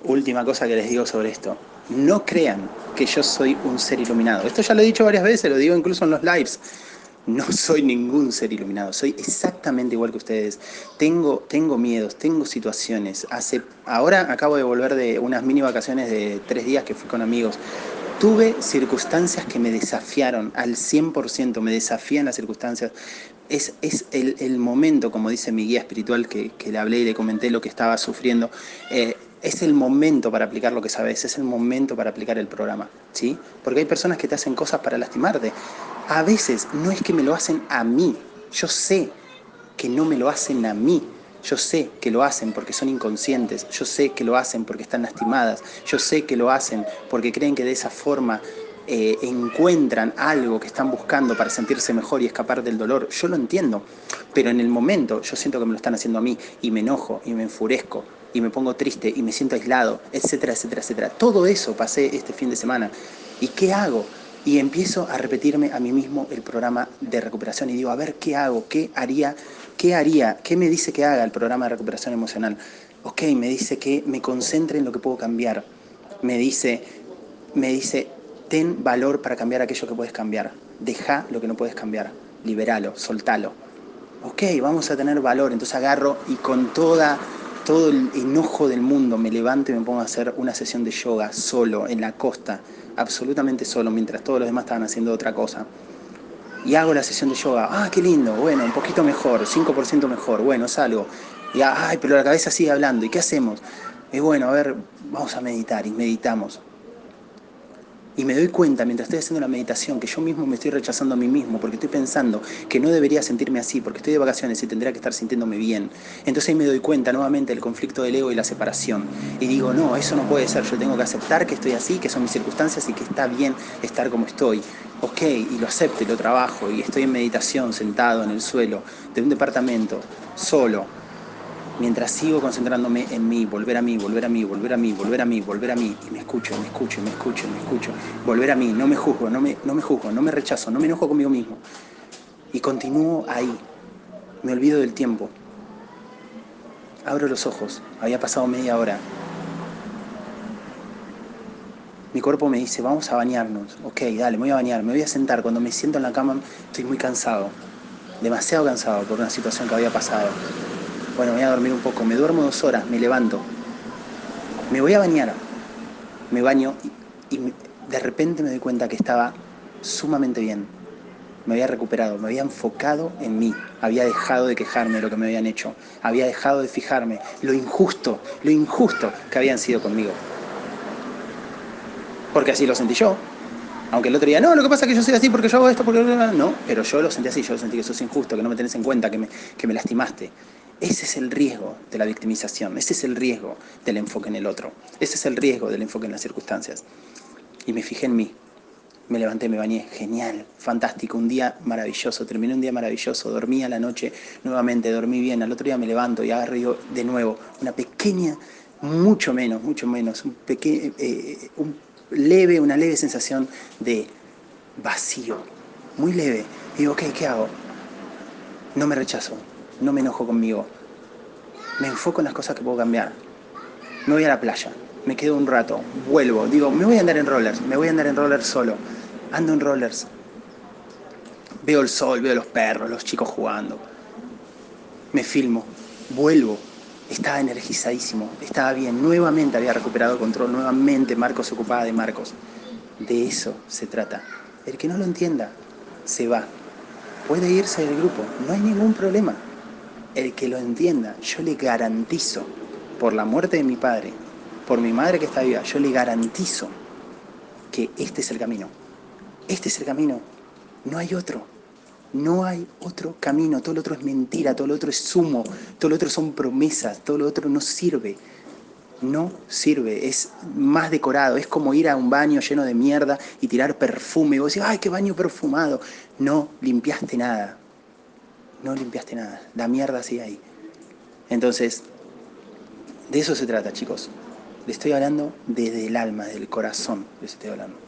Última cosa que les digo sobre esto. No crean que yo soy un ser iluminado. Esto ya lo he dicho varias veces, lo digo incluso en los lives. No soy ningún ser iluminado, soy exactamente igual que ustedes. Tengo miedos, tengo situaciones. Ahora acabo de volver de unas mini vacaciones de 3 días que fui con amigos. Tuve circunstancias que me desafiaron al 100%, me desafían las circunstancias. Es el momento, como dice mi guía espiritual, que le hablé y le comenté lo que estaba sufriendo. Es el momento para aplicar lo que sabes, es el momento para aplicar el programa, ¿sí? Porque hay personas que te hacen cosas para lastimarte. A veces no es que me lo hacen a mí, yo sé que no me lo hacen a mí. Yo sé que lo hacen porque son inconscientes, yo sé que lo hacen porque están lastimadas, yo sé que lo hacen porque creen que de esa forma encuentran algo que están buscando para sentirse mejor y escapar del dolor. Yo lo entiendo, pero en el momento yo siento que me lo están haciendo a mí y me enojo y me enfurezco y me pongo triste y me siento aislado, etcétera, etcétera, etcétera. Todo eso pasé este fin de semana. ¿Y qué hago? Y empiezo a repetirme a mí mismo el programa de recuperación y digo, a ver, ¿qué hago? ¿Qué haría? ¿Qué haría? ¿Qué me dice que haga el programa de recuperación emocional? Ok, me dice que me concentre en lo que puedo cambiar. Me dice, me dice, ten valor para cambiar aquello que puedes cambiar. Deja lo que no puedes cambiar. Liberalo, soltalo. Ok, vamos a tener valor. Entonces agarro y con todo el enojo del mundo me levanto y me pongo a hacer una sesión de yoga solo, en la costa, absolutamente solo, mientras todos los demás estaban haciendo otra cosa. Y hago la sesión de yoga. Ah, qué lindo, bueno, un poquito mejor, 5% mejor, bueno, salgo. Y ay, pero la cabeza sigue hablando. ¿Y qué hacemos? Y bueno, a ver, vamos a meditar y meditamos. Y me doy cuenta mientras estoy haciendo la meditación que yo mismo me estoy rechazando a mí mismo porque estoy pensando que no debería sentirme así porque estoy de vacaciones y tendría que estar sintiéndome bien. Entonces ahí me doy cuenta nuevamente del conflicto del ego y la separación. Y digo, no, eso no puede ser, yo tengo que aceptar que estoy así, que son mis circunstancias y que está bien estar como estoy. Ok, y lo acepto y lo trabajo y estoy en meditación sentado en el suelo de un departamento, solo, mientras sigo concentrándome en mí, volver a mí, volver a mí, volver a mí, volver a mí, volver a mí, y me escucho, me escucho, me escucho, me escucho, volver a mí, no me juzgo, no me juzgo, no me rechazo, no me enojo conmigo mismo. Y continúo ahí, me olvido del tiempo, abro los ojos, había pasado media hora, mi cuerpo me dice, vamos a bañarnos, ok, dale, me voy a bañar, me voy a sentar, cuando me siento en la cama estoy muy cansado, demasiado cansado por una situación que había pasado. Bueno, voy a dormir un poco, me duermo 2 horas, me levanto, me voy a bañar, me baño y de repente me doy cuenta que estaba sumamente bien. Me había recuperado, me había enfocado en mí, había dejado de quejarme de lo que me habían hecho, había dejado de fijarme lo injusto que habían sido conmigo. Porque así lo sentí yo. Aunque el otro día, no, lo que pasa es que yo soy así porque yo hago esto, porque no, pero yo lo sentí así, yo lo sentí que sos injusto, que no me tenés en cuenta, que me lastimaste. Ese es el riesgo de la victimización, ese es el riesgo del enfoque en el otro, ese es el riesgo del enfoque en las circunstancias. Y me fijé en mí, me levanté, me bañé, genial, fantástico, un día maravilloso, terminé un día maravilloso, dormí a la noche nuevamente, dormí bien, al otro día me levanto y agarro yo de nuevo una pequeña, mucho menos, una leve sensación de vacío, muy leve. Y digo, ok, ¿qué hago? No me rechazo, no me enojo conmigo, me enfoco en las cosas que puedo cambiar. Me voy a la playa, me quedo un rato, vuelvo, digo, me voy a andar en rollers, me voy a andar en rollers solo. Ando en rollers, veo el sol, veo los perros, los chicos jugando. Me filmo, vuelvo. Estaba energizadísimo, estaba bien, nuevamente había recuperado el control, nuevamente Marcos se ocupaba de Marcos. De eso se trata. El que no lo entienda, se va. Puede irse del grupo, no hay ningún problema. El que lo entienda, yo le garantizo, por la muerte de mi padre, por mi madre que está viva, yo le garantizo que este es el camino. Este es el camino. No hay otro. No hay otro camino. Todo lo otro es mentira, todo lo otro es humo, todo lo otro son promesas, todo lo otro no sirve. No sirve, es más decorado, es como ir a un baño lleno de mierda y tirar perfume. Y vos decís, ay, qué baño perfumado. No limpiaste nada. No limpiaste nada. La mierda sigue ahí. Entonces, de eso se trata, chicos. Le estoy hablando desde el alma, desde el corazón, les estoy hablando.